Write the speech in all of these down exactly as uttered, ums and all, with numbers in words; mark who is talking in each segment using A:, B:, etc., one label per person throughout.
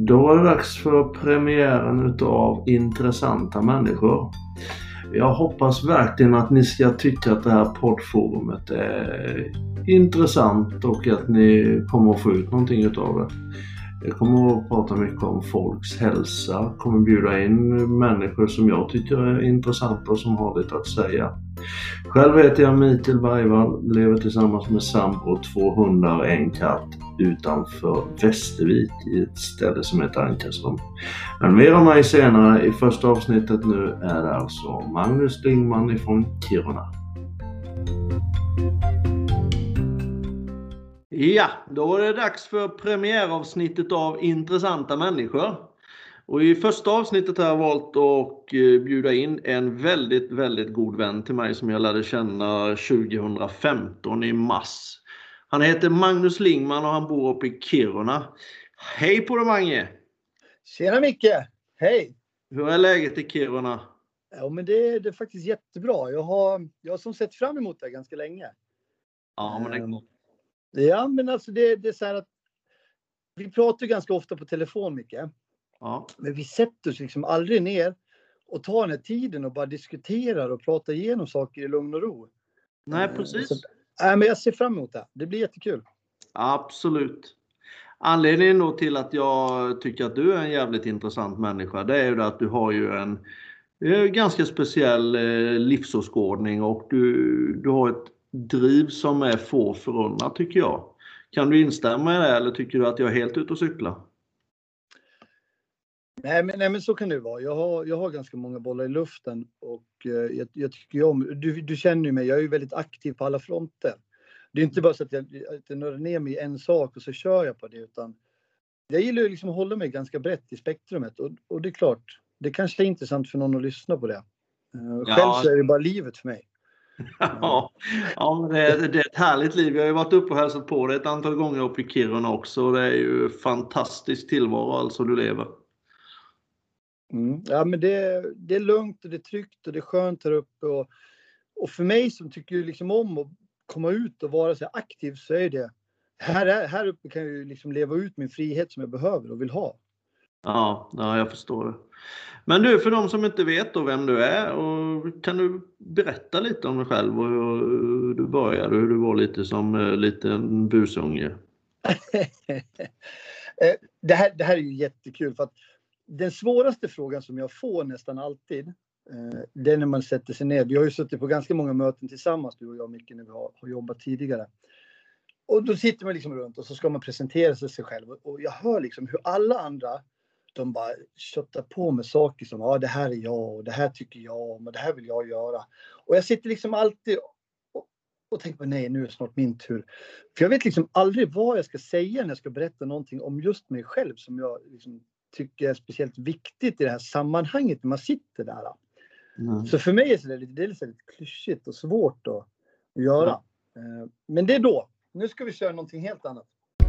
A: Då är det dags för premiären utav Intressanta människor. Jag hoppas verkligen att ni ska tycka att det här poddforumet är intressant och att ni kommer att få ut någonting utav det. Jag kommer att prata mycket om folks hälsa, kommer bjuda in människor som jag tycker är intressanta och som har lite att säga. Själv heter jag Mikael Bergvall, lever tillsammans med sambo, två hundar och en katt utanför Västervik i ett ställe som heter Ankarsson. Men mer om mig senare. I första avsnittet nu är det alltså Magnus Lingman ifrån Kiruna. Ja, då är det dags för premiäravsnittet av Intressanta människor. Och i första avsnittet har jag valt att bjuda in en väldigt, väldigt god vän till mig som jag lärde känna tjugohundrafemton i mars. Han heter Magnus Lingman och han bor uppe i Kiruna. Hej på dig, Mange!
B: Tjena Micke! Hej!
A: Hur är läget i Kiruna?
B: Ja, men det, det är faktiskt jättebra. Jag har, jag har som sett fram emot det ganska länge.
A: Ja, men det är klart.
B: Ja, men alltså det, det är så här att vi pratar ganska ofta på telefon, Micke.
A: Ja.
B: Men vi sätter oss liksom aldrig ner och tar den här tiden och bara diskuterar och pratar igenom saker i lugn och ro.
A: Nej, precis.
B: Så, äh, men jag ser fram emot det. Det blir jättekul.
A: Absolut. Anledningen då till att jag tycker att du är en jävligt intressant människa, det är ju det att du har ju en ganska speciell livsåskådning och du, du har ett driv som är få förunnat, tycker jag. Kan du instämma i det eller tycker du att jag är helt ute och cykla?
B: Nej men, nej men så kan det vara. Jag har, jag har ganska många bollar i luften och eh, jag, jag tycker om, du, du känner ju mig, jag är ju väldigt aktiv på alla fronter. Det är inte bara så att jag, att jag nördar ner mig i en sak och så kör jag på det, utan jag gillar ju liksom att hålla mig ganska brett i spektrumet och, och det är klart, det kanske är intressant för någon att lyssna på det. Uh,
A: ja.
B: Själv så är det bara livet för mig.
A: Ja, ja men det, är, det är ett härligt liv. Jag har ju varit uppe och hälsat på det ett antal gånger uppe i Kiruna också. Det är ju fantastisk tillvaro alltså du lever.
B: Mm. Ja men det, det är lugnt och det är tryggt och det är skönt här uppe. Och, och för mig som tycker liksom om att komma ut och vara så aktiv så är det. Här, är, här uppe kan jag ju liksom leva ut min frihet som jag behöver och vill ha.
A: Ja, ja, jag förstår det. Men du, för de som inte vet då vem du är, och kan du berätta lite om dig själv och hur du började, hur du var lite som liten busunge?
B: det, här, det här är ju jättekul för att den svåraste frågan som jag får nästan alltid, det är när man sätter sig ner. Vi har ju suttit på ganska många möten tillsammans, du och jag Micke, när vi har, har jobbat tidigare. Och då sitter man liksom runt och så ska man presentera sig, sig själv. Och jag hör liksom hur alla andra, de bara köttar på med saker som, ja det här är jag och det här tycker jag om och det här vill jag göra. Och jag sitter liksom alltid och, och tänker på nej, nu är det snart min tur. För jag vet liksom aldrig vad jag ska säga när jag ska berätta någonting om just mig själv som jag liksom tycker är speciellt viktigt i det här sammanhanget när man sitter där. Mm. Så för mig är det lite, det är lite klyschigt och svårt att göra. Ja. Men det är då. Nu ska vi köra någonting helt annat.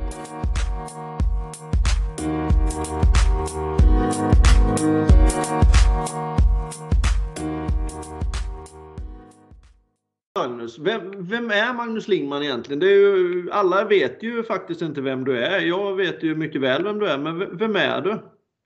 A: Magnus, vem, vem är Magnus Lingman egentligen? Det är ju, alla vet ju faktiskt inte vem du är. Jag vet ju mycket väl vem du är, men vem är du?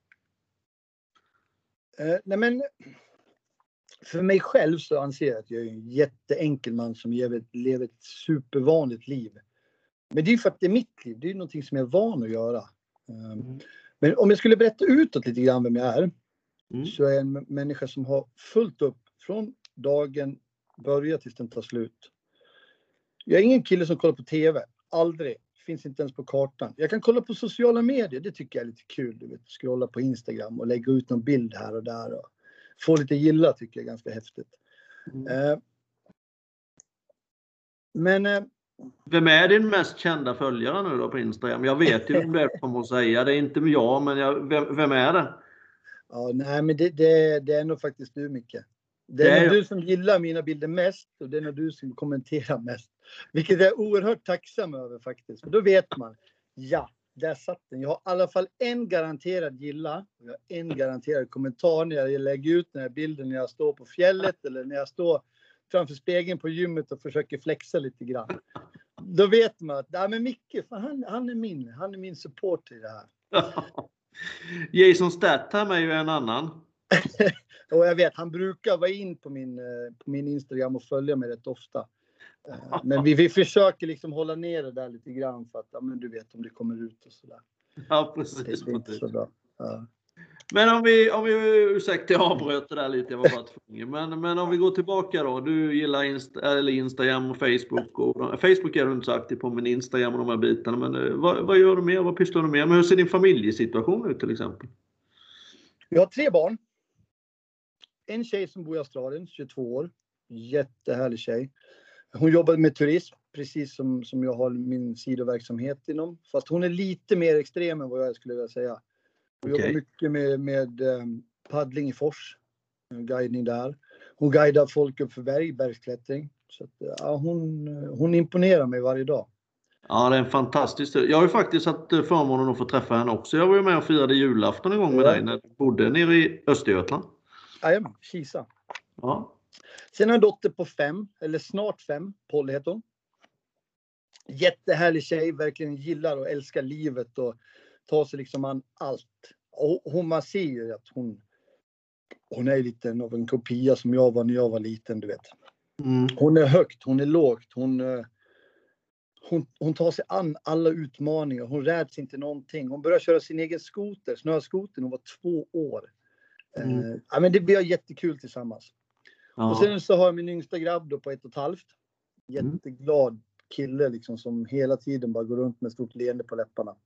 B: Eh, nej men, för mig själv så anser jag att jag är en jätteenkel man som lever, lever ett supervanligt liv. Men det är ju för att det är mitt liv. Det är ju någonting som jag är van att göra. Mm. Men om jag skulle berätta utåt lite grann vem jag är. Mm. Så är jag en människa som har fullt upp från dagen börjar tills den tar slut. Jag är ingen kille som kollar på tv. Aldrig. Finns inte ens på kartan. Jag kan kolla på sociala medier. Det tycker jag är lite kul. Du vet, scrolla på Instagram och lägga ut någon bild här och där. Och få lite gilla tycker jag är ganska häftigt. Mm. Eh, men... Eh,
A: Vem är din mest kända följare nu då på Instagram? Jag vet ju vem det är kommer att säga. Det är inte jag, men jag, vem, vem är det?
B: Ja, nej, men det, det, det är nog faktiskt du, Micke. Det är, det är nog du som gillar mina bilder mest och det är nog du som kommenterar mest. Vilket jag är oerhört tacksam över faktiskt. För då vet man, ja, där satt den. Jag har i alla fall en garanterad gilla och jag har en garanterad kommentar när jag lägger ut den här bilden när jag står på fjället eller när jag står framför spegeln på gymmet och försöker flexa lite grann. Då vet man att, ja men Micke, fan, han, han är min, han är min support i det här.
A: Jason Statham är ju en annan.
B: Och jag vet, han brukar vara in på min, på min Instagram och följa mig rätt ofta. Men vi, vi försöker liksom hålla ner det där lite grann för att, ja, men du vet om det kommer ut och sådär.
A: Ja, precis.
B: Det, det är inte så bra. Ja.
A: Men om vi, om vi ursäkta, jag avbröt det där lite, jag var bara tvungen. Men, men om vi går tillbaka då. Du gillar Insta, eller Instagram och Facebook. Och, Facebook är du inte så aktiv på, men Instagram och de här bitarna. Men vad, vad gör du mer? Vad pysslar du med? Men hur ser din familjesituation ut till exempel?
B: Jag har tre barn. En tjej som bor i Australien, tjugotvå år. Jättehärlig tjej. Hon jobbar med turism, precis som, som jag har min sidoverksamhet inom. Fast hon är lite mer extrem än vad jag skulle vilja säga. Hon okay. jobbar mycket med, med um, paddling i fors. Guidning där. Hon guidar folk upp för berg, bergsklättring. Så att, ja, hon, hon imponerar mig varje dag.
A: Ja, det är en fantastisk. Jag har ju faktiskt haft förmånen att få träffa henne också. Jag var ju med och firade julafton en gång med ja. dig när du bodde nere i Östergötland.
B: Jajamän, Kisa.
A: Ja.
B: Sen har jag en dotter på fem, eller snart fem, Polly heter hon. Jättehärlig tjej, verkligen gillar och älskar livet och tar sig liksom an allt. Och hon, man ser ju att hon, hon är lite av en kopia som jag var när jag var liten, du vet.
A: Mm.
B: Hon är högt, hon är lågt, hon, hon, hon tar sig an alla utmaningar, hon räds inte någonting. Hon börjar köra sin egen skoter, snöskoter, hon var två år. Mm. Uh, ja, men det blir jättekul tillsammans. Ja. Och sen så har jag min yngsta grabb då på ett och ett halvt. Jätteglad kille liksom som hela tiden bara går runt med stort leende på läpparna.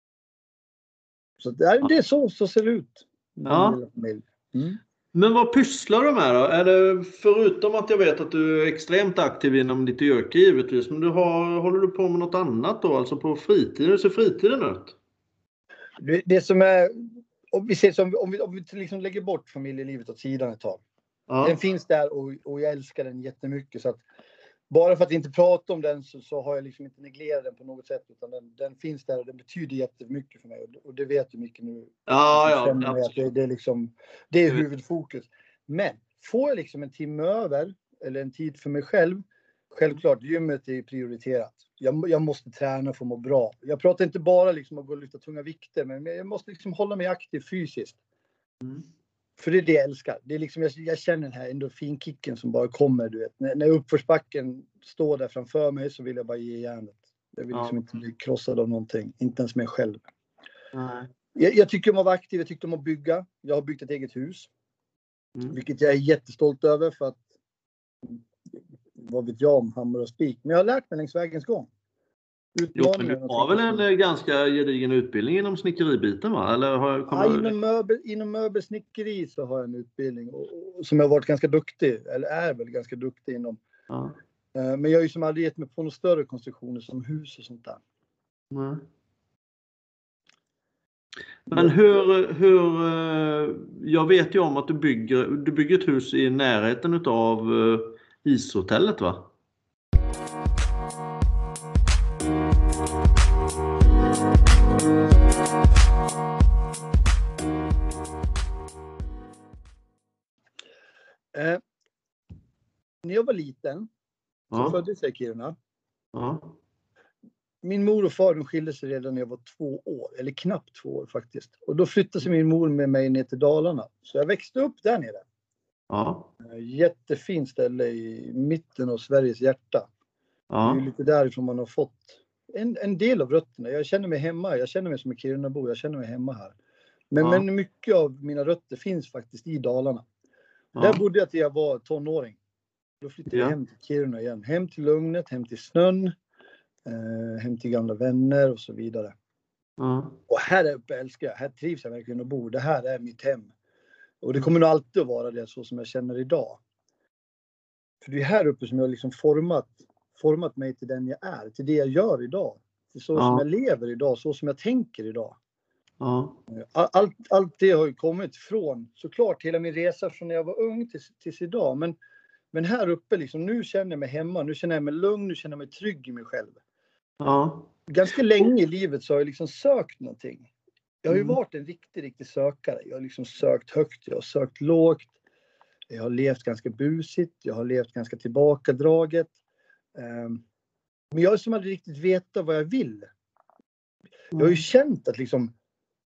B: Så det är, det är så, så ser det ut.
A: Ja.
B: Mm.
A: Men vad pysslar du med då? Är det, förutom att jag vet att du är extremt aktiv inom ditt yrke givetvis. Men du har, håller du på med något annat då? Alltså på fritiden? Hur ser fritiden ut?
B: Det, det som är... Om vi, ser som, om vi, om vi liksom lägger bort familjelivet åt sidan ett tag. Ja. Den finns där och, och jag älskar den jättemycket. Så att bara för att inte prata om den så, så har jag liksom inte neglerat den på något sätt. Utan den, den finns där och den betyder jättemycket för mig. Och, och det vet du mycket nu.
A: Ja, ja.
B: Att det, det, är liksom, det är huvudfokus. Men får jag liksom en timme över eller en tid för mig själv. Självklart, gymmet är prioriterat. Jag, jag måste träna för att må bra. Jag pratar inte bara liksom om att gå och lyfta tunga vikter. Men jag måste liksom hålla mig aktiv fysiskt. Mm. För det är det jag älskar. Det är liksom, jag, jag känner den här endorfinkicken som bara kommer, du vet. När, när uppförsbacken står där framför mig så vill jag bara ge järnet. Jag vill liksom ja. inte bli krossad av någonting. Inte ens mig själv.
A: Nej.
B: Jag, jag tycker om att vara aktiv. Jag tycker om att bygga. Jag har byggt ett eget hus. Mm. Vilket jag är jättestolt över för att vad vet jag om hammare och spik. Men jag har lärt mig längs vägens gång.
A: Jo, men du har väl en ganska gedigen utbildning inom snickeribiten, va? Eller har jag kommit...
B: ja, inom, möbel, inom möbelsnickeri så har jag en utbildning och, och, som jag har varit ganska duktig, eller är väl ganska duktig inom.
A: Ja.
B: Uh, men jag har ju som aldrig gett mig på några större konstruktioner som hus och sånt där.
A: Nej. Men hur, hur, jag vet ju om att du bygger, du bygger ett hus i närheten av ishotellet, va?
B: Eh, när jag var liten så
A: ja.
B: föddes jag i Kiruna.
A: Ja.
B: Min mor och far de skilde sig redan när jag var två år. Eller knappt två år faktiskt. Och då flyttade sig min mor med mig ner till Dalarna. Så jag växte upp där nere.
A: Ja.
B: Jättefint ställe i mitten av Sveriges hjärta.
A: Ja.
B: Det är lite därifrån man har fått en, en del av rötterna. Jag känner mig hemma. Jag känner mig som en Kirunabo. Jag känner mig hemma här. Men,
A: ja.
B: men mycket av mina rötter finns faktiskt i Dalarna.
A: Ja.
B: Där bodde jag till jag var tonåring. Då flyttade
A: ja.
B: jag hem till Kiruna igen. Hem till lugnet, hem till snön. Eh, hem till gamla vänner och så vidare.
A: Ja.
B: Och här uppe älskar jag. Här trivs jag verkligen att bo. Det här är mitt hem. Och det kommer nog alltid att vara det så som jag känner idag. För det är här uppe som jag har liksom format, format mig till den jag är. Till det jag gör idag. Till så
A: ja.
B: som jag lever idag. Så som jag tänker idag.
A: Ja.
B: Allt, allt det har ju kommit från, såklart, hela min resa från när jag var ung tills, tills idag. Men, men här uppe, liksom, nu känner jag mig hemma. Nu känner jag mig lugn, nu känner jag mig trygg i mig själv.
A: Ja.
B: Ganska länge i livet så har jag liksom sökt någonting. Jag har ju
A: Mm.
B: varit en riktig, riktig sökare. Jag har liksom sökt högt, jag har sökt lågt. Jag har levt ganska busigt, jag har levt ganska tillbakadraget. Um, men jag har som aldrig riktigt vetat vad jag vill. Jag har ju känt att liksom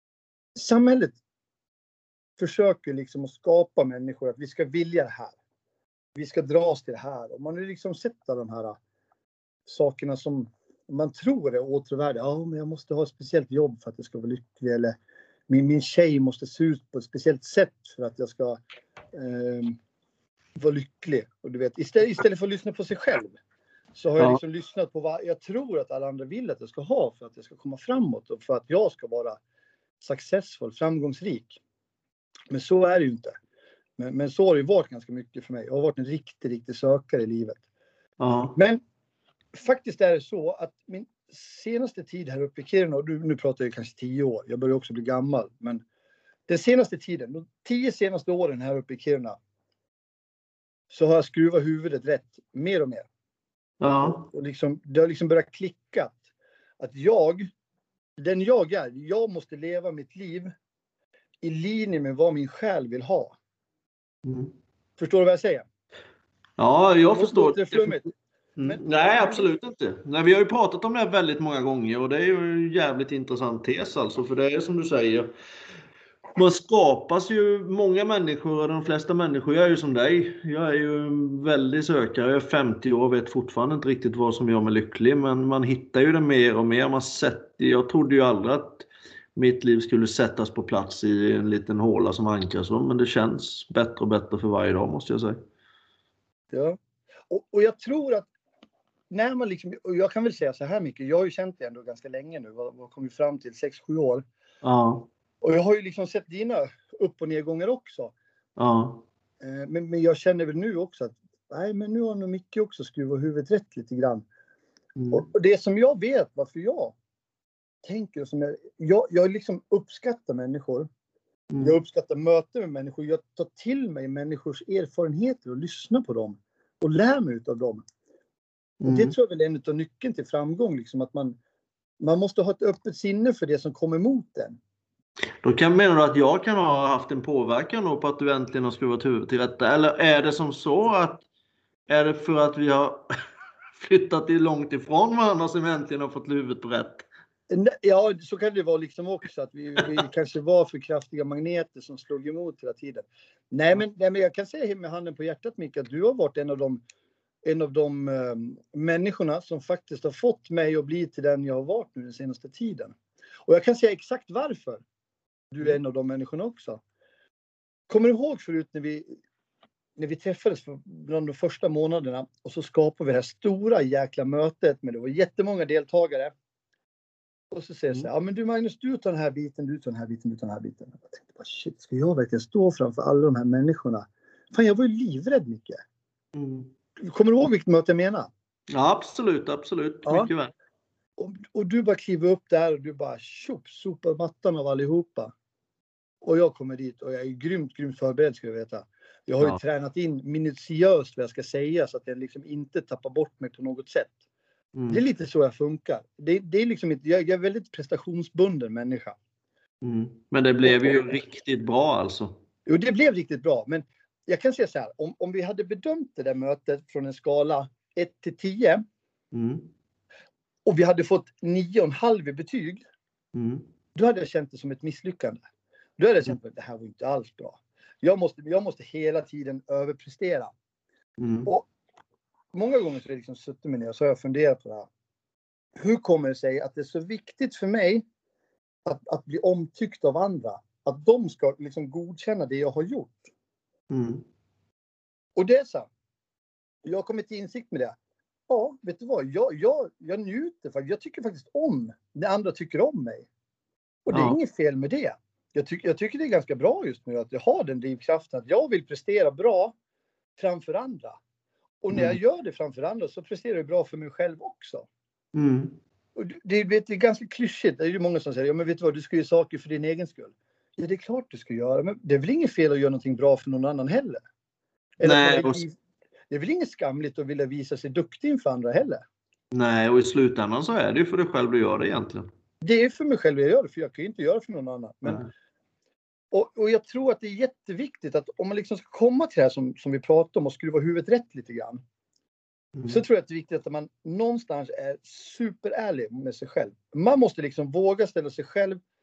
B: samhället försöker liksom att skapa människor att vi ska vilja det här. Vi ska dras till det här. Och man har liksom sett de här sakerna som man tror är återvärda. Ja, men jag måste ha ett speciellt jobb för att jag ska vara lycklig. Eller min, min tjej måste se ut på ett speciellt sätt för att jag ska eh, vara lycklig. Och du vet, istället, istället för att lyssna på sig själv så har jag liksom ja. lyssnat på vad jag tror att alla andra vill att jag ska ha för att jag ska komma framåt och för att jag ska vara successful, framgångsrik. Men så är det ju inte. Men, men så har det varit ganska mycket för mig. Jag har varit en riktig, riktig sökare i livet.
A: Ja.
B: Men faktiskt är det så att min senaste tid här uppe i Kiruna, och nu pratar jag kanske tio år, jag börjar också bli gammal, men den senaste tiden, de tio senaste åren här uppe i Kiruna, så har jag skruvat huvudet rätt mer och mer.
A: Ja.
B: Och liksom, det har liksom börjat klicka att jag, den jag är, jag måste leva mitt liv i linje med vad min själ vill ha.
A: Mm.
B: Förstår du vad jag säger?
A: Ja, jag förstår.
B: Det flummigt.
A: Mm. Men, nej, absolut inte. Nej, vi har ju pratat om det här väldigt många gånger och det är ju en jävligt intressant tes alltså. För det är som du säger, man skapas ju, många människor, de flesta människor, jag är ju som dig. Jag är ju en väldigt sökare, jag är femtio år och vet fortfarande inte riktigt vad som gör mig lycklig. Men man hittar ju det mer och mer. Man sätter, jag trodde ju aldrig att mitt liv skulle sättas på plats i en liten håla som ankar så. Men det känns bättre och bättre för varje dag, måste jag säga.
B: Ja, och, och jag tror att när man liksom, och jag kan väl säga så här mycket, jag har ju känt det ändå ganska länge nu, vad, vad kom vi fram till, sex sju år.
A: Ja.
B: Och jag har ju liksom sett dina upp- och nedgångar också.
A: Ja.
B: Eh, men, men jag känner väl nu också att, nej men nu har nog Micke också skruvat huvudet rätt lite grann. Mm. Och, och det som jag vet, varför jag tänker, som jag, jag, jag liksom uppskattar människor. Mm. Jag uppskattar möten med människor, jag tar till mig människors erfarenheter och lyssnar på dem. Och lär mig utav dem. Mm. Och det tror jag väl är en av nyckeln till framgång. Liksom, att man, man måste ha ett öppet sinne för det som kommer emot den.
A: Då kan mena du att jag kan ha haft en påverkan då på att du äntligen har skruvat huvudet till rätta? Eller är det som så att är det för att vi har flyttat långt ifrån varandra som äntligen har fått huvudet på rätt?
B: Ja, så kan det vara liksom också. Att vi, vi kanske var för kraftiga magneter som slog emot hela tiden. Nej, men, nej, men jag kan säga med handen på hjärtat, Micke, att du har varit en av de en av de um, människorna som faktiskt har fått mig att bli till den jag har varit nu den senaste tiden. Och jag kan säga exakt varför du är en av de människorna också. Kommer du ihåg förut när vi, när vi träffades för bland de första månaderna och så skapade vi det här stora jäkla mötet, men det var jättemånga deltagare. Och så säger jag så här, ja men du Magnus, du tar den här biten, du tar den här biten, du tar den här biten. Jag tänkte bara, shit, ska jag verkligen stå framför alla de här människorna? Fan, jag var ju livrädd, Micke. Mm. Kommer du ihåg vilket möte jag menar?
A: Ja, absolut, absolut.
B: Ja.
A: Mycket väl.
B: Och, och du bara kliver upp där och du bara tjopp, sopar mattan av allihopa. Och jag kommer dit och jag är grymt, grymt förberedd, ska jag veta. Jag har ju ja. tränat in minutiöst vad jag ska säga så att jag liksom inte tappar bort mig på något sätt. Mm. Det är lite så jag funkar. Det, det är liksom inte, jag är en väldigt prestationsbunden människa.
A: Mm. Men det blev ju riktigt bra alltså.
B: Jo, det blev riktigt bra. Men jag kan säga så här, om, om vi hade bedömt det där mötet från en skala ett till tio. Mm. Och vi hade fått nio komma fem i betyg. Mm. Då hade jag känt det som ett misslyckande. Då hade jag känt att det här var inte alls bra. Jag måste, jag måste hela tiden överprestera. Mm. Och många gånger så har jag liksom suttit med ner och så har jag funderat på det här. Hur kommer det sig att det är så viktigt för mig att, att bli omtyckt av andra? Att de ska liksom godkänna det jag har gjort. Mm. Och det är så. Jag har kommit till insikt med det. Ja, vet du vad? Jag, jag, jag njuter. För jag tycker faktiskt om när andra tycker om mig. Och det är ja. inget fel med det. Jag, tyck, jag tycker det är ganska bra just nu att jag har den drivkraften. Att jag vill prestera bra framför andra. Och när mm. jag gör det framför andra så presterar jag bra för mig själv också. Mm. Och det, det är ganska klyschigt. Det är ju många som säger, ja men vet du vad, du ska göra saker för din egen skull. Ja, det är klart du ska göra. Men det är väl inget fel att göra någonting bra för någon annan heller. Eller Nej, och... Det är väl inget skamligt att vilja visa sig duktig inför andra heller.
A: Nej, och i slutändan så är det ju för dig själv du gör det egentligen.
B: Det är för mig själv jag gör det, för jag kan ju inte göra det för någon annan. Men, och, och jag tror att det är jätteviktigt att om man liksom ska komma till det här som, som vi pratar om och skruva huvudet rätt lite grann. Mm. Så tror jag att det är viktigt att man någonstans är superärlig med sig själv. Man måste liksom våga ställa sig själv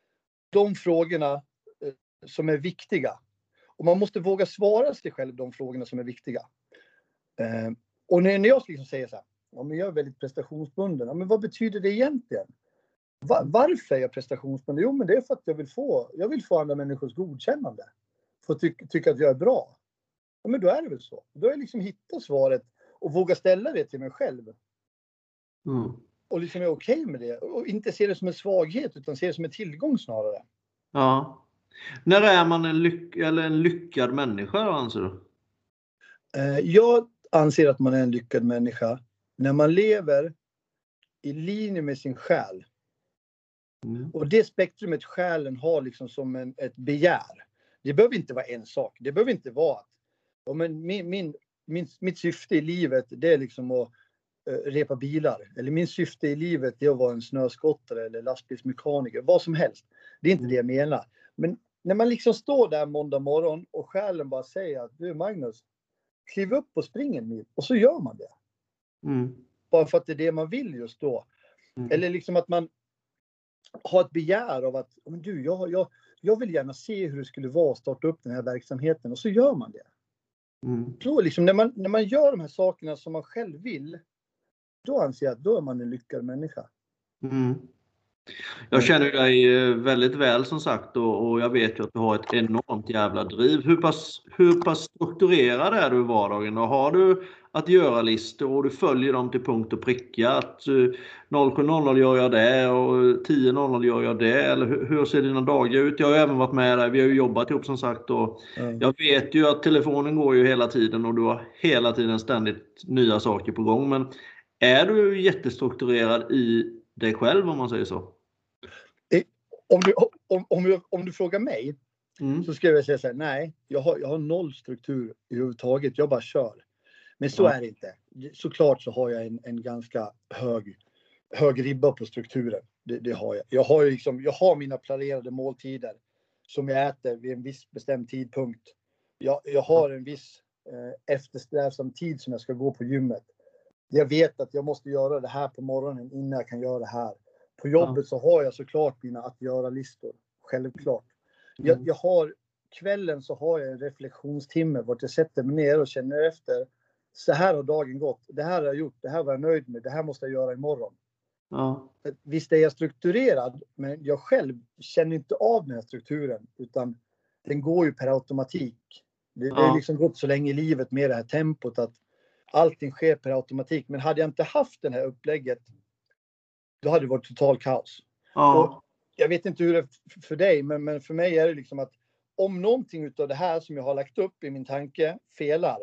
B: de frågorna eh, som är viktiga. Och man måste våga svara sig själv de frågorna som är viktiga. Eh, och när, när jag liksom säger så här, ja, men jag är väldigt prestationsbunden. Ja, men vad betyder det egentligen? Va, varför är jag prestationsbunden? Jo, men det är för att jag vill få, jag vill få andra människors godkännande. För att ty, tycka att jag är bra. Ja, men då är det väl så. Då har jag liksom hittat svaret och våga ställa det till mig själv.
A: Mm.
B: Och liksom är okej med det. Och inte se det som en svaghet utan se det som en tillgång snarare.
A: Ja. När är man en, lyck eller en lyckad människa då, anser du?
B: Eh, jag anser att man är en lyckad människa när man lever i linje med sin själ. Mm. Och det spektrumet själen har liksom som en, ett begär. Det behöver inte vara en sak. Det behöver inte vara att ja, men min, min, min, mitt syfte i livet det är liksom att uh, repa bilar. Eller min syfte i livet det är att vara en snöskottare eller lastbilsmekaniker. Vad som helst. Det är inte mm. det jag menar. Men när man liksom står där måndag morgon och själen bara säger att du Magnus, kliv upp och spring en mil. Och så gör man det. Mm. Bara för att det är det man vill just då. Mm. Eller liksom att man har ett begär av att men du, jag, jag, jag vill gärna se hur det skulle vara att starta upp den här verksamheten. Och så gör man det. Mm. Då liksom, när, man, när man gör de här sakerna som man själv vill. Då anser jag att då är man en lyckad människa.
A: Mm. Jag känner dig väldigt väl som sagt och, och jag vet ju att du har ett enormt jävla driv. Hur pass, hur pass strukturerad är du i vardagen? Och har du att göra listor och du följer dem till punkt och pricka? Att noll sju noll noll gör jag det och tio noll noll gör jag det? Eller hur, hur ser dina dagar ut? Jag har ju även varit med där. Vi har ju jobbat ihop som sagt. Och mm. Jag vet ju att telefonen går ju hela tiden och du har hela tiden ständigt nya saker på gång. Men är du jättestrukturerad i dig själv om man säger så?
B: Om du, om, om, om du frågar mig mm. så ska jag säga så här, nej, jag har, jag har noll struktur överhuvudtaget, jag bara kör. Men så ja. är det inte. Såklart så har jag en, en ganska hög, hög ribba på strukturen. Det, det har jag. Jag har, liksom, jag har mina planerade måltider som jag äter vid en viss bestämd tidpunkt. Jag, jag har en viss eh, eftersträvsam tid som jag ska gå på gymmet. Jag vet att jag måste göra det här på morgonen innan jag kan göra det här. På jobbet så har jag såklart mina att göra-listor. Självklart. Mm. Jag, jag har, kvällen så har jag en reflektionstimme. Vart jag sätter mig ner och känner efter. Så här har dagen gått. Det här har jag gjort. Det här var jag nöjd med. Det här måste jag göra imorgon. Ja. Visst är jag strukturerad. Men jag själv känner inte av den här strukturen. Utan den går ju per automatik. Det, ja. det har liksom gått så länge i livet med det här tempot. Att allting sker per automatik. Men hade jag inte haft det här upplägget. Då hade det varit total kaos. Ja. Och jag vet inte hur det är för dig. Men, men för mig är det liksom att. Om någonting utav det här som jag har lagt upp i min tanke felar.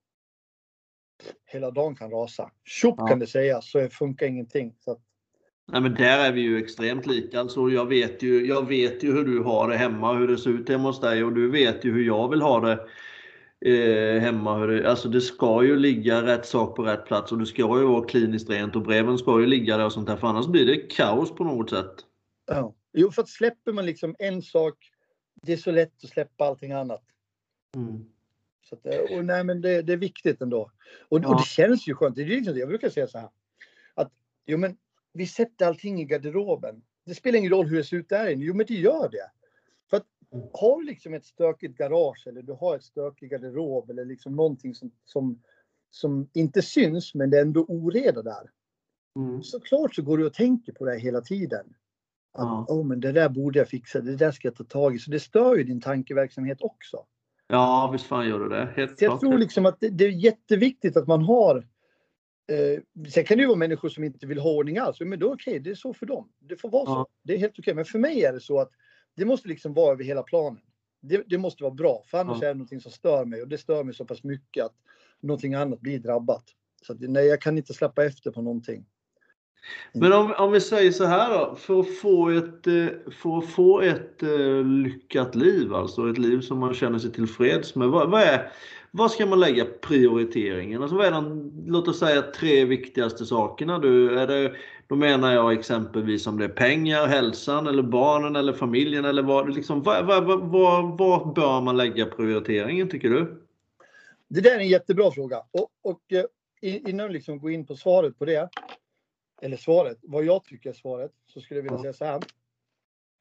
B: Hela dagen kan rasa. Tjopp ja. kan det säga. Så funkar ingenting. Så att...
A: Nej, men där är vi ju extremt lika. Alltså, jag, vet ju, jag vet ju hur du har det hemma. Hur det ser ut hemma hos dig. Och du vet ju hur jag vill ha det. Eh, hemma. Hur det, alltså det ska ju ligga rätt sak på rätt plats. Och det ska ju vara kliniskt rent. Och breven ska ju ligga där och sånt där. För annars blir det kaos på något sätt.
B: Ja. Jo, för att släpper man liksom en sak. Det är så lätt att släppa allting annat. Mm. Så att, och nej, men det, det är viktigt ändå. Och, ja. och det känns ju skönt. Det är liksom, jag brukar säga så här. Att jo, men vi sätter allting i garderoben. Det spelar ingen roll hur det ser ut där inne. Jo, men det gör det. För att har du liksom ett stökigt garage. Eller du har ett stökigt garderob. Eller liksom någonting som, som, som inte syns. Men det är ändå oreda där. Mm. Såklart så går du och tänker på det hela tiden. Att ja. oh, men det där borde jag fixa. Det där ska jag ta tag i. Så det stör ju din tankeverksamhet också.
A: Ja, visst fan gör du det. Helt
B: jag tror liksom att det, det är jätteviktigt att man har. Eh, sen kan det ju vara människor som inte vill ha ordning alls. Men då okej, okay, det är så för dem. Det får vara ja. så. Det är helt okej. Okay. Men för mig är det så att det måste liksom vara över hela planen. Det, det måste vara bra. För annars ja. är det någonting som stör mig. Och det stör mig så pass mycket att någonting annat blir drabbat. Så att, nej, jag kan inte släppa efter på någonting.
A: Men om, om vi säger så här då, för att få ett, för att få ett uh, lyckat liv, alltså ett liv som man känner sig tillfreds med, vad, vad, är, vad ska man lägga prioriteringen? Alltså vad är de, låt oss säga, tre viktigaste sakerna? Du, är det, då menar jag exempelvis om det är pengar, hälsan eller barnen eller familjen eller vad, liksom, vad, vad, vad, vad, vad bör man lägga prioriteringen tycker du?
B: Det där är en jättebra fråga och, och innan vi liksom går in på svaret på det. Eller svaret, vad jag tycker är svaret, så skulle jag vilja säga så här. Att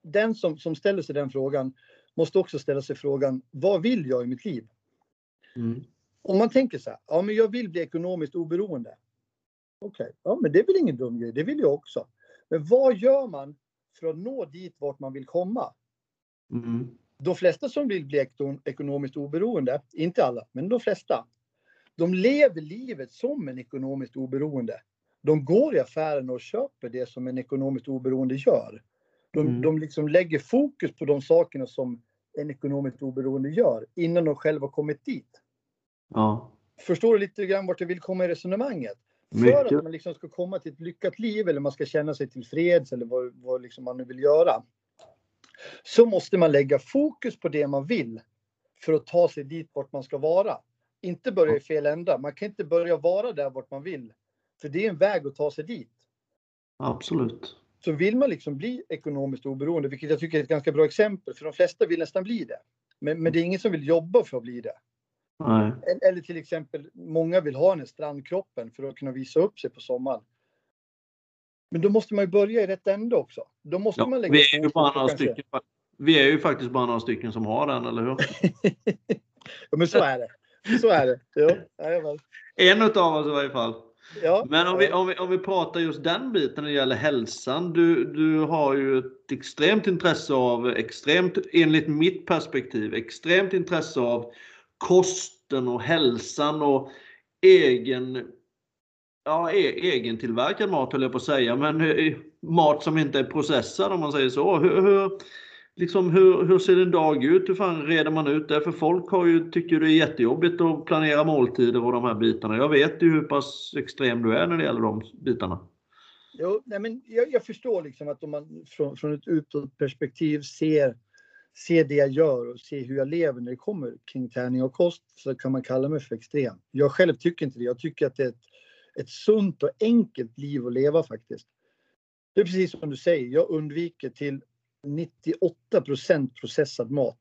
B: den som, som ställer sig den frågan måste också ställa sig frågan, vad vill jag i mitt liv?
A: Mm.
B: Om man tänker så här, ja men jag vill bli ekonomiskt oberoende. Okej, okay. Ja men det är väl ingen dum grej, det vill jag också. Men vad gör man för att nå dit vart man vill komma?
A: Mm.
B: De flesta som vill bli ekonomiskt oberoende, inte alla, men de flesta, de lever livet som en ekonomiskt oberoende. De går i affären och köper det som en ekonomiskt oberoende gör. De,
A: Mm.
B: de liksom lägger fokus på de sakerna som en ekonomiskt oberoende gör innan de själva kommit dit.
A: Ja.
B: Förstår du lite grann vart jag vill komma i resonemanget?
A: Mycket.
B: För att man liksom ska komma till ett lyckat liv eller man ska känna sig tillfreds eller vad, vad liksom man nu vill göra. Så måste man lägga fokus på det man vill för att ta sig dit vart man ska vara. Inte börja i fel ända. Man kan inte börja vara där vart man vill. För det är en väg att ta sig dit.
A: Absolut.
B: Så vill man liksom bli ekonomiskt oberoende, vilket jag tycker är ett ganska bra exempel. För de flesta vill nästan bli det. Men, men det är ingen som vill jobba för att bli det.
A: Nej.
B: Eller till exempel, många vill ha den här strandkroppen för att kunna visa upp sig på sommaren. Men då måste man ju börja i rätt ände också. Då måste
A: Ja,
B: man lägga
A: vi är ju bara några
B: kanske.
A: stycken. Vi är ju faktiskt bara några stycken som har den, eller hur?
B: Ja, men så är det. Så är det. Ja, jajamän.
A: En utav oss i varje fall.
B: Ja,
A: Men om vi,
B: ja.
A: om, vi, om vi pratar just den biten när det gäller hälsan. Du, du har ju ett extremt intresse av, extremt, enligt mitt perspektiv, extremt intresse av kosten och hälsan och egen, ja, e, egentillverkad mat höll jag på att säga. Men mat som inte är processad om man säger så. Hur, hur, liksom, hur, hur ser en dag ut? Hur fan reder man ut det? För folk har ju, tycker det är jättejobbigt att planera måltider och de här bitarna. Jag vet ju hur pass extrem du är när det gäller de bitarna.
B: Jo, nej men jag, jag förstår liksom att om man från, från ett utåtperspektiv ser, ser det jag gör och ser hur jag lever när det kommer kring träning och kost, så kan man kalla mig för extrem. Jag själv tycker inte det. Jag tycker att det är ett, ett sunt och enkelt liv att leva faktiskt. Det är precis som du säger. Jag undviker till nittioåtta procent processad mat.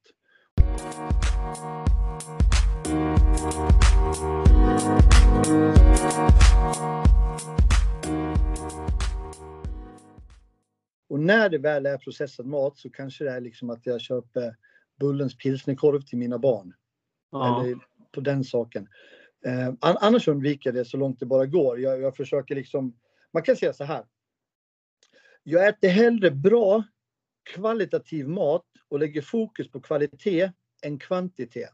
B: Och när det väl är processad mat så kanske det är liksom att jag köper Bullens pilsnerkorv till mina barn.
A: Ja.
B: Eller på den saken. Eh, annars undviker jag det så långt det bara går. Jag, jag försöker liksom, man kan säga så här. Jag äter hellre bra kvalitativ mat och lägger fokus på kvalitet än kvantitet.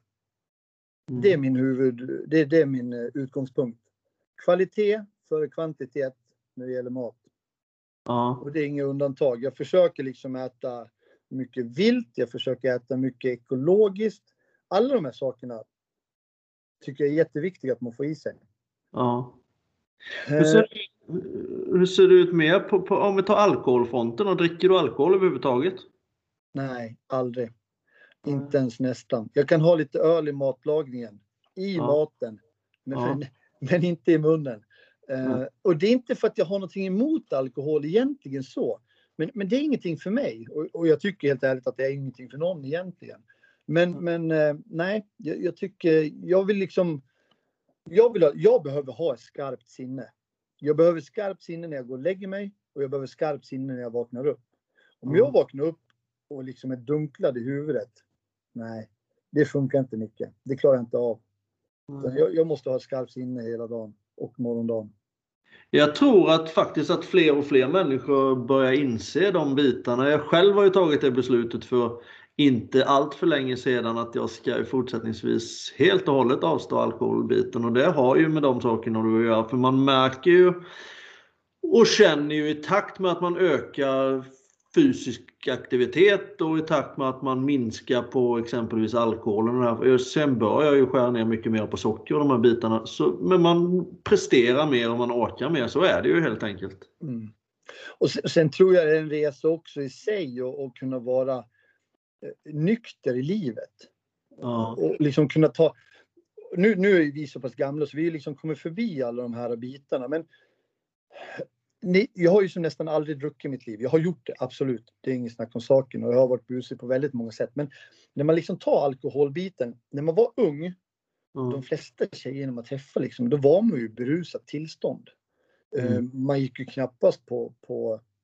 A: Mm.
B: Det är min huvud, det, det är min utgångspunkt. Kvalitet före kvantitet när det gäller mat.
A: Ja.
B: Och det är inga undantag. Jag försöker liksom äta mycket vilt, jag försöker äta mycket ekologiskt. Alla de här sakerna tycker jag är jätteviktiga att man får i sig.
A: Ja. Hur ser, hur ser det ut mer på, på, om vi tar alkoholfronten, och dricker du alkohol överhuvudtaget?
B: Nej, aldrig. Mm. Inte ens nästan. Jag kan ha lite öl i matlagningen. I
A: Ja.
B: maten. Men,
A: Ja.
B: men, men inte i munnen.
A: Mm.
B: Uh, och det är inte för att jag har någonting emot alkohol egentligen så. Men, men det är ingenting för mig. Och, och jag tycker helt ärligt att det är ingenting för någon egentligen. Men, mm. men uh, nej, jag, jag tycker, jag vill liksom, jag, vill ha, jag behöver ha ett skarpt sinne. Jag behöver skarpt sinne när jag går och lägger mig. Och jag behöver skarpt sinne när jag vaknar upp. Om mm. jag vaknar upp och liksom är dunklad i huvudet. Nej, det funkar inte mycket. Det klarar jag inte av. Mm. Jag, jag måste ha ett skarpt sinne hela dagen och morgondagen.
A: Jag tror att faktiskt att fler och fler människor börjar inse de bitarna. Jag själv har ju tagit det beslutet för inte allt för länge sedan att jag ska fortsättningsvis helt och hållet avstå alkoholbiten. Och det har ju med de sakerna att göra. För man märker ju och känner ju i takt med att man ökar fysisk aktivitet och i takt med att man minskar på exempelvis alkoholen. Här. Sen bör jag ju skära ner mycket mer på socker och de här bitarna. Så, men man presterar mer och man orkar mer. Så är det ju helt enkelt.
B: Mm. Och sen, sen tror jag det är en resa också i sig och, och kunna vara eh, nykter i livet.
A: Ja.
B: Och liksom kunna ta... Nu, nu är vi så pass gamla så vi liksom kommer förbi alla de här bitarna. Men ni, jag har ju så nästan aldrig druckit i mitt liv. Jag har gjort det, absolut. Det är inget snack om saken. Och jag har varit busig på väldigt många sätt. Men när man liksom tar alkoholbiten. När man var ung. Mm. De flesta tjejerna man träffade liksom. Då var man ju berusat tillstånd. Mm. Uh, man gick ju knappast på, på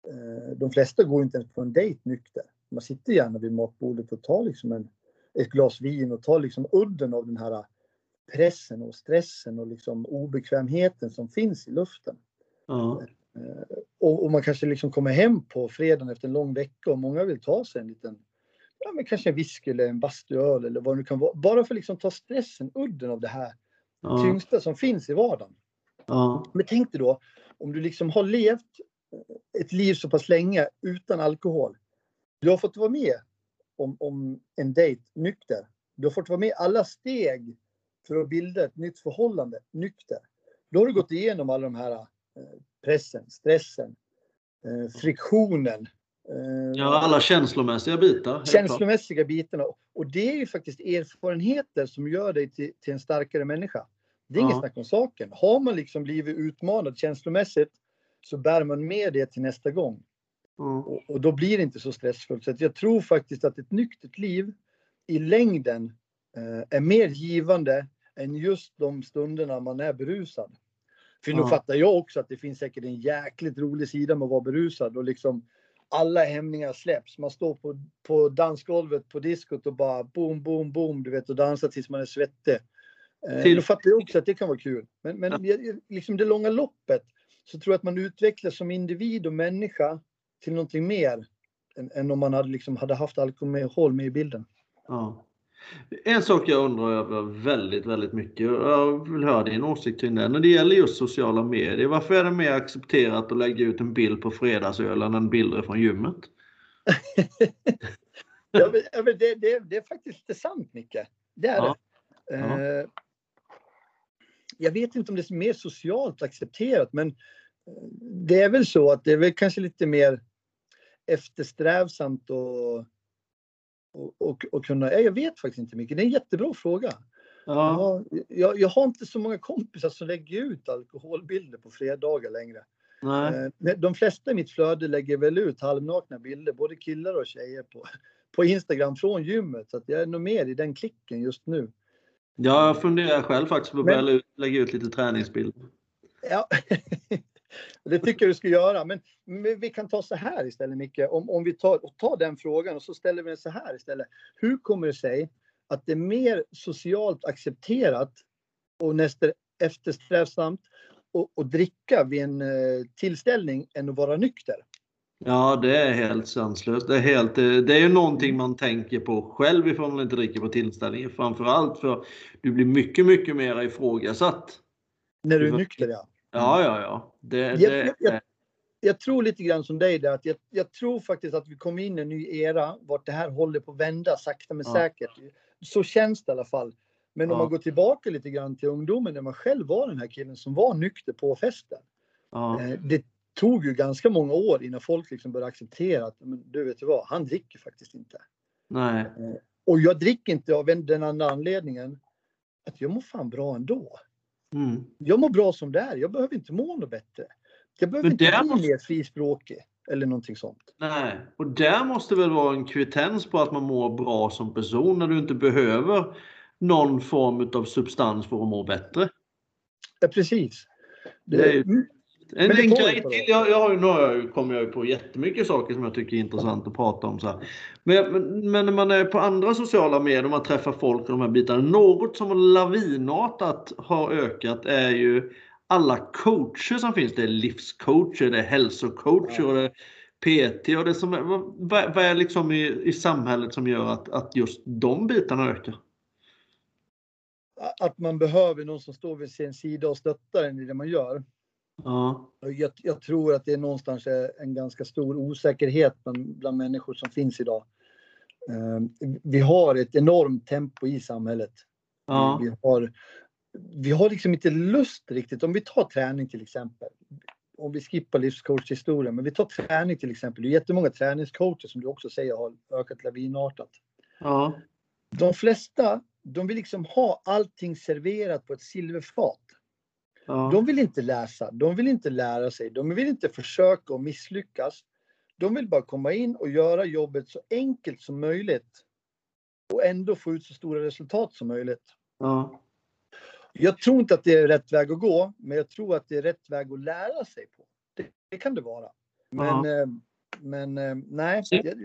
B: De flesta går inte ens på en dejt nykter. Man sitter gärna vid matbordet och tar liksom en, ett glas vin och tar liksom udden av den här pressen och stressen och liksom obekvämheten som finns i luften.
A: Ja.
B: Och, och man kanske liksom kommer hem på fredagen efter en lång vecka och många vill ta sig en liten, ja men kanske en whisky eller en bastuöl eller vad det kan vara. Bara för liksom ta stressen, udden av det här
A: Ja.
B: tyngsta som finns i vardagen.
A: Ja.
B: Men tänk dig då, om du liksom har levt ett liv så pass länge utan alkohol. Du har fått vara med om, om en dejt nykter. Du har fått vara med alla steg för att bilda ett nytt förhållande nykter. Då har du gått igenom alla de här pressen, stressen, friktionen.
A: Ja, alla känslomässiga bitar.
B: Känslomässiga bitarna. Och det är ju faktiskt erfarenheter som gör dig till, till en starkare människa. Det är ja. inget snack om saken. Har man liksom blivit utmanad känslomässigt så bär man med det till nästa gång. Mm. Och, och då blir det inte så stressfullt. Så att jag tror faktiskt att ett nyktert liv i längden eh, är mer givande än just de stunderna man är berusad. För mm. nu fattar jag också att det finns säkert en jäkligt rolig sida med att vara berusad. Och liksom alla hämningar släpps. Man står på, på dansgolvet på diskot och bara boom, boom, boom. Du vet, och dansar tills man är svettig. Eh, nu fattar jag också att det kan vara kul. Men, men ja. liksom det långa loppet så tror jag att man utvecklas som individ och människa till någonting mer än, än om man hade, liksom, hade haft alkohol med i bilden.
A: Ja. En sak jag undrar över väldigt, väldigt mycket, jag vill höra din åsikt kring det, när det gäller just sociala medier. Varför är det mer accepterat att lägga ut en bild på fredagsölen än bilder från gymmet?
B: ja, men, det, det, det är faktiskt inte sant, Micke. Det är
A: ja.
B: det.
A: Ja.
B: Uh, jag vet inte om det är mer socialt accepterat, men det är väl så att det är väl kanske lite mer eftersträvsamt och, och, och, och kunna, jag vet faktiskt inte mycket. Det är en jättebra fråga. Ja. Jag, jag, jag har inte så många kompisar som lägger ut alkoholbilder på fredagar längre.
A: Nej.
B: De flesta i mitt flöde lägger väl ut halvnakna bilder, både killar och tjejer på, på Instagram från gymmet. Så att jag är nog mer i den klicken just nu.
A: Ja, jag funderar själv faktiskt på att börja lägga ut lite träningsbilder.
B: Ja, det tycker jag du ska göra. Men, men vi kan ta så här istället, Micke. Om, om vi tar, tar den frågan och så ställer vi den så här istället. Hur kommer det sig att det är mer socialt accepterat och nästan eftersträvsamt att, att dricka vid en uh, tillställning än att vara nykter?
A: Ja, det är helt sanslöst. Det är, helt, det är ju någonting man tänker på själv ifall man inte dricker på tillställningen. Framförallt för du blir mycket, mycket mer ifrågasatt.
B: När du är nykter, ja.
A: Ja, ja, ja. Det,
B: jag,
A: det,
B: jag, jag, jag tror lite grann som dig där. Att jag, jag tror faktiskt att vi kommer in i en ny era. Vart det här håller på att vända sakta men ja. säkert. Så känns det i alla fall. Men ja. om man går tillbaka lite grann till ungdomen. När man själv var den här killen som var nykter på festen.
A: Ja.
B: Eh, det tog ju ganska många år innan folk liksom började acceptera att men, du vet ju vad, han dricker faktiskt inte.
A: Nej.
B: Eh, och jag dricker inte av den andra anledningen. Att jag mår fan bra ändå.
A: Mm.
B: Jag mår bra som det är. Jag behöver inte må något bättre. Jag behöver
A: Men
B: inte bli
A: måste...
B: mer frispråkig. Eller någonting sånt.
A: Nej. Och där måste väl vara en kvittens på att man mår bra som person. När du inte behöver någon form av substans för att må bättre.
B: Ja, precis. Det,
A: det är ju...
B: mm.
A: En, en grej till, jag, jag har ju, nu har jag, kommer jag ju på jättemycket saker som jag tycker är intressant att prata om. Så här. Men, men, men när man är på andra sociala medier och man träffar folk och de här bitarna. Något som lavinartat har ökat är ju alla coacher som finns. Det är livscoacher, det är hälsocoacher ja. och det är P T. Och det som är, vad, vad är liksom i, i samhället som gör att, att just de bitarna ökar?
B: Att man behöver någon som står vid sin sida och stöttar en i det man gör.
A: Ja.
B: Jag, jag tror att det är någonstans en ganska stor osäkerhet bland, bland människor som finns idag. Uh, vi har ett enormt tempo i samhället.
A: Ja.
B: Vi, vi, har, vi har liksom inte lust riktigt. Om vi tar träning till exempel. Om vi skippar livscoachhistorien. Men vi tar träning till exempel. Det är jättemånga träningscoacher som du också säger har ökat lavinartat.
A: Ja.
B: De flesta, de vill liksom ha allting serverat på ett silverfat.
A: Ja.
B: De vill inte läsa, de vill inte lära sig, de vill inte försöka och misslyckas. De vill bara komma in och göra jobbet så enkelt som möjligt. Och ändå få ut så stora resultat som möjligt.
A: Ja.
B: Jag tror inte att det är rätt väg att gå, men jag tror att det är rätt väg att lära sig på. Det, det kan det vara. Men, eh, men eh, nej.
A: Ja.
B: Jag,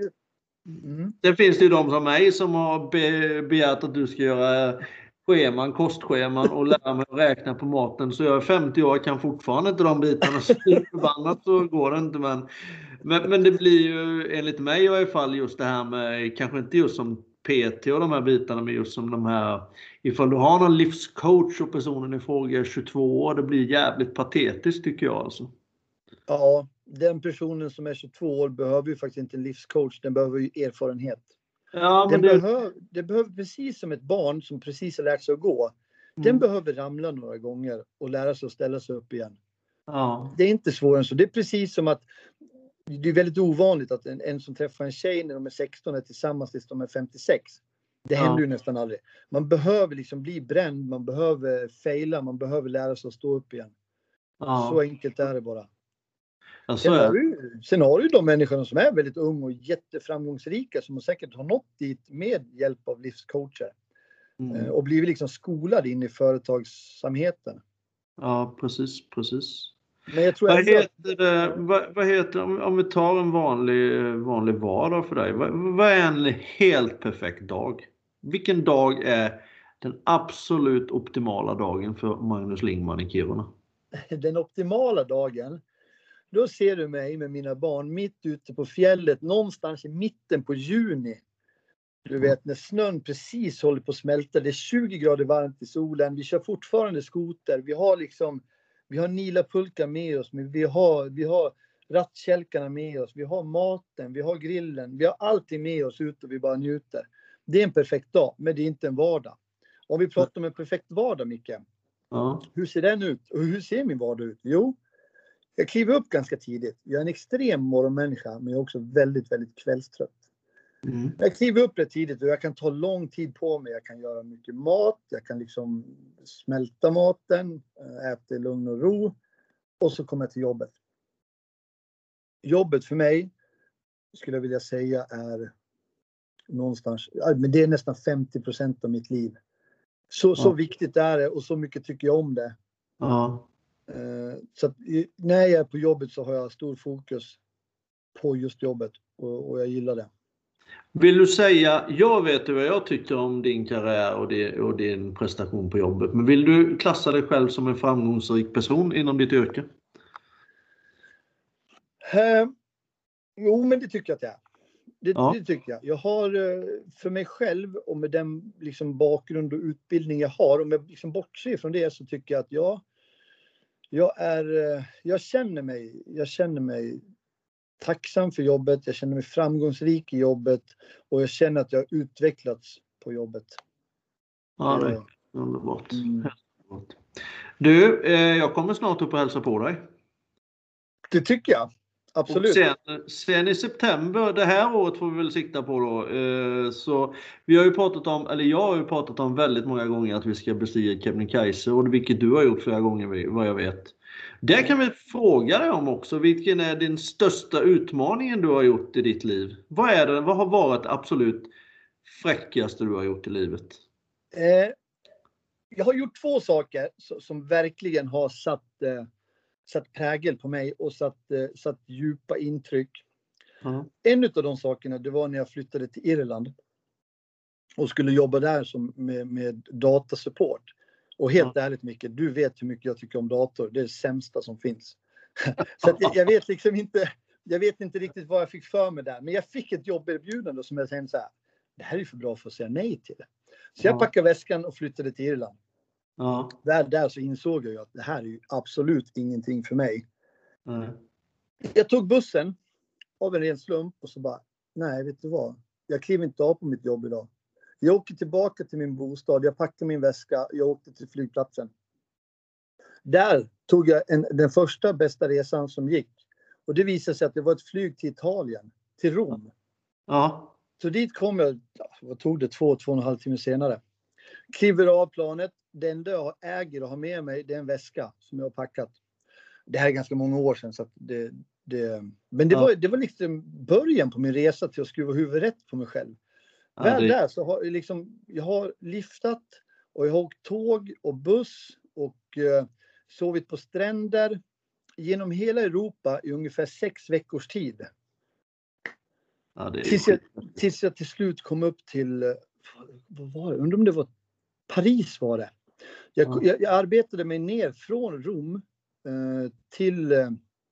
B: mm.
A: Det finns det ju de som mig som har be, begärt att du ska göra scheman, kostscheman och lära mig att räkna på maten. Så jag är femtio år, kan fortfarande inte de bitarna. Så förbannat så går det inte. Men, men, men det blir ju enligt mig i alla fall just det här med, kanske inte just som P T och de här bitarna, men just som de här, ifall du har någon livscoach och personen i fråga är tjugotvå år, det blir jävligt patetiskt tycker jag alltså.
B: Ja, den personen som är tjugotvå år behöver ju faktiskt inte en livscoach, den behöver ju erfarenhet.
A: Ja, men
B: den
A: det...
B: behöver, det behöver precis som ett barn som precis har lärt sig att gå. Den
A: Mm.
B: behöver ramla några gånger och lära sig att ställa sig upp igen.
A: Ja.
B: Det är inte svårare än så. Det är precis som att det är väldigt ovanligt att en, en som träffar en tjej när de är sexton är tillsammans tills de är femtiosex. Det
A: Ja.
B: händer ju nästan aldrig. Man behöver liksom bli bränd, man behöver faila, man behöver lära sig att stå upp igen.
A: Ja.
B: Så enkelt är det bara.
A: Ja,
B: Sen
A: så är
B: har, du, sen har du de människorna som är väldigt unga och jätteframgångsrika som säkert har nått dit med hjälp av livscoacher.
A: Mm.
B: Och blivit liksom skolade in i företagsamheten.
A: Ja, precis, precis.
B: Men jag tror
A: vad,
B: ändå
A: heter det, vad, vad heter om, om vi tar en vanlig, vanlig vardag för dig. Vad, vad är en helt perfekt dag? Vilken dag är den absolut optimala dagen för Magnus Lingman i Kiruna?
B: Den optimala dagen, då ser du mig med mina barn mitt ute på fjället någonstans i mitten på juni. Du vet när snön precis håller på att smälta, det är tjugo grader varmt i solen, vi kör fortfarande skoter, vi har liksom, vi har nilapulka med oss, men vi har, vi har rattkälkarna med oss, vi har maten, vi har grillen, vi har allting med oss ut och vi bara njuter. Det är en perfekt dag, men det är inte en vardag. Om vi pratar om en perfekt vardag, Micke,
A: Ja.
B: hur ser den ut? Och hur ser min vardag ut? Jo, jag kliver upp ganska tidigt. Jag är en extrem morgonmänniska, men jag är också väldigt, väldigt kvällstrött.
A: Mm.
B: Jag kliver upp rätt tidigt och jag kan ta lång tid på mig. Jag kan göra mycket mat. Jag kan liksom smälta maten, äta i lugn och ro. Och så kommer jag till jobbet. Jobbet för mig, skulle jag vilja säga, är någonstans, men det är nästan femtio procent av mitt liv. Så, så
A: Ja.
B: viktigt är det och så mycket tycker jag om det.
A: Ja.
B: Så att när jag är på jobbet så har jag stor fokus på just jobbet och, och jag gillar det.
A: Vill du säga, jag vet ju vad jag tycker om din karriär och, det, och din prestation på jobbet, men vill du klassa dig själv som en framgångsrik person inom ditt yrke?
B: Eh, jo, men det tycker jag att jag är. Det,
A: Ja.
B: det tycker jag. Jag har för mig själv och med den liksom bakgrund och utbildning jag har, om jag liksom bortser från det, så tycker jag att jag, jag är, jag känner mig, jag känner mig tacksam för jobbet, jag känner mig framgångsrik i jobbet och jag känner att jag har utvecklats på jobbet.
A: Ja, det är underbart.
B: Mm.
A: Du, eh, jag kommer snart upp och hälsa på dig.
B: Det tycker jag. Absolut.
A: Och sen, sen i september, det här året får vi väl sikta på då. Eh, så vi har ju pratat om, eller jag har ju pratat om väldigt många gånger att vi ska bestiga Kebnekaise, och vilket du har gjort flera gånger vad jag vet. Det kan vi fråga dig om också. Vilken är din största utmaningen du har gjort i ditt liv? Vad är det? Vad har varit absolut fräckaste du har gjort i livet?
B: Eh, jag har gjort två saker som, som verkligen har satt, eh, satt prägel på mig och satt, eh, satt djupa intryck. Mm. En av de sakerna, det var när jag flyttade till Irland och skulle jobba där som med, med datasupport. Och helt mm. ärligt Micke, du vet hur mycket jag tycker om dator. Det är det sämsta som finns. Så att jag, jag vet liksom inte, jag vet inte riktigt vad jag fick för mig där. Men jag fick ett jobberbjudande som jag tänkte så här, det här är för bra för att säga nej till. Så jag ja. packade väskan och flyttade till Irland. Ja. Där, där så insåg jag ju att det här är ju absolut ingenting för mig. Mm. Jag tog bussen av en ren slump och så bara, nej vet du vad, jag kliver inte av på mitt jobb idag. Jag åker tillbaka till min bostad, jag packar min väska, jag åkte till flygplatsen. Där tog jag en, den första bästa resan som gick. Och det visade sig att det var ett flyg till Italien, till Rom. Ja. Så dit kom jag, vad tog det, två, två och en halv timme senare. Kliver av planet, det enda jag äger och har med mig, det är en väska som jag har packat. Det här är ganska många år sedan, så att det, det, men det, ja. var, det var liksom början på min resa till att skruva huvudet rätt på mig själv. Ja, väl det... där så har jag liksom, jag har liftat och jag har åkt tåg och buss och eh, sovit på stränder. genom hela Europa i ungefär sex veckors tid.
A: Ja, det är
B: tills, jag, tills jag till slut kom upp till, vad var det? Undrar om det var Paris var det. Jag,
A: Ja.
B: jag, jag arbetade mig ner från Rom eh, till eh,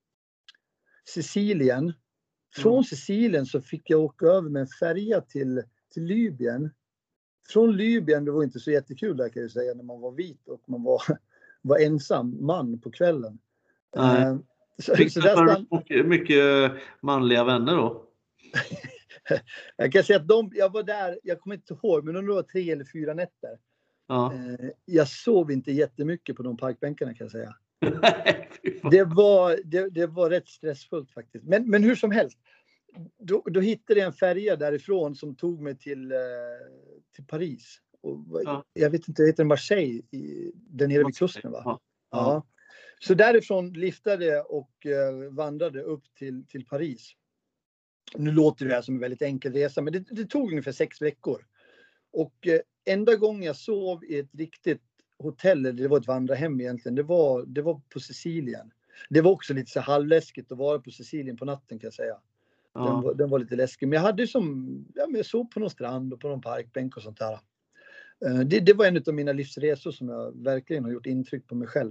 B: Sicilien. Från
A: Mm.
B: Sicilien så fick jag åka över med en färja till, till Libyen. Från Libyen, det var inte så jättekul där kan jag säga, när man var vit och man var, var ensam man på kvällen.
A: Nej.
B: Så,
A: Fick
B: så
A: du
B: där stann...
A: mycket, mycket manliga vänner då?
B: Jag kan säga att de, jag var där, jag kommer inte ihåg, men det var tre eller fyra nätter.
A: Ja.
B: Jag sov inte jättemycket på de parkbänkarna kan jag säga. det, var, det, det var rätt stressfullt faktiskt. Men, men hur som helst, då, då hittade jag en färja därifrån som tog mig till, till Paris. Och,
A: Ja.
B: Jag vet inte, det heter Marseille, i, där nere vid kusten va?
A: Ja.
B: Ja. Ja. Så därifrån liftade jag och uh, vandrade upp till, till Paris. Nu låter det här som en väldigt enkel resa, men det, det tog ungefär sex veckor. Och uh, enda gången jag sov i ett riktigt hotell, det var ett vandrarhem egentligen, det var, det var på Sicilien. Det var också lite så halvläskigt att vara på Sicilien på natten kan jag säga.
A: Ja.
B: Den, var, den var lite läskig. Men jag hade som, ja, men jag sov på någon strand och på någon parkbänk och sånt där. Uh, det, det var en av mina livsresor som jag verkligen har gjort intryck på mig själv.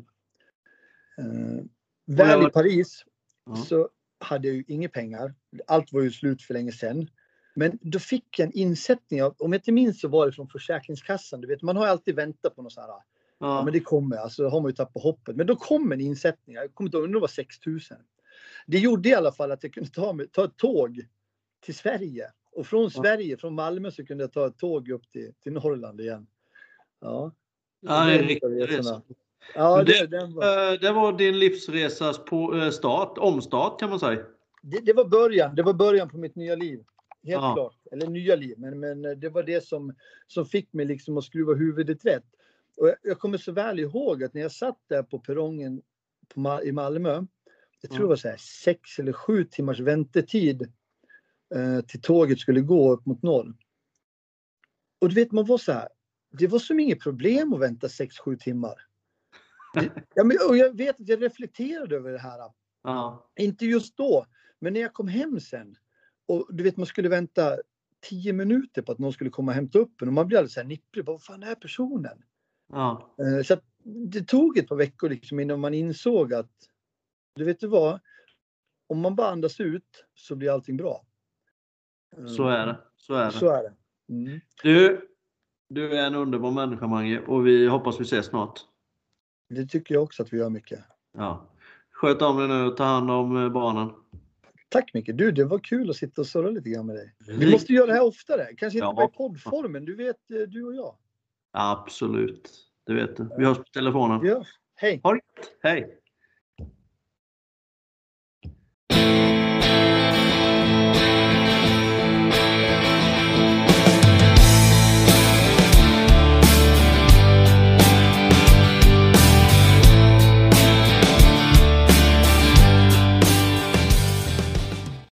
B: Uh, väl var... i Paris ja. Så hade jag ju inga pengar. Allt var ju slut för länge sedan. Men då fick jag en insättning av, om jag inte minns så var det från Försäkringskassan. Du vet, man har ju alltid väntat på något sånt här. Ja. Ja, men det kommer, alltså har man ju tappat hoppet. Men då kom en insättning, jag kommer inte ihåg, det var sex tusen. Det gjorde i alla fall att jag kunde ta, ta ett tåg till Sverige. Och från Sverige, ja. Från Malmö så kunde jag ta ett tåg upp till, till Norrland igen. Ja,
A: ja det är en riktig resa.
B: Ja, det,
A: det,
B: den var...
A: det var din livsresas på start, omstart kan man säga.
B: Det, det var början, det var början på mitt nya liv. Helt
A: ja.
B: klart, eller nya liv. Men, men det var det som, som fick mig liksom att skruva huvudet rätt. Och jag, jag kommer så väl ihåg att när jag satt där på perrongen på, i Malmö. Jag tror det var så här sex eller sju timmars väntetid eh, till tåget skulle gå upp mot norr. Och du vet, man var så här. Det var som inget problem att vänta sex sju timmar. Det, ja, men, och jag vet att jag reflekterade över det här.
A: Ja.
B: Inte just då, men när jag kom hem sen. Och du vet, man skulle vänta tio minuter på att någon skulle komma och hämta upp en. Och man blev alldeles så här nipprig. Vad fan är här personen?
A: Ja.
B: Eh, så att det tog ett par veckor liksom innan man insåg att du vet du vad, om man bara andas ut så blir allting bra.
A: Så är det. Så är det.
B: Så är det. Mm.
A: Du, du är en underbar människa, Mange, och vi hoppas vi ses snart.
B: Det tycker jag också att vi gör mycket.
A: Ja. Sköt om dig nu och ta hand om barnen.
B: Tack mycket. Du, det var kul att sitta och surra lite grann med dig. Vi måste göra det här oftare. Kanske inte ja. Bara i poddformen. Du vet, du och jag.
A: Absolut. Det vet du. Vi hörs på telefonen.
B: Ja. Hej.
A: Ha det. Hej.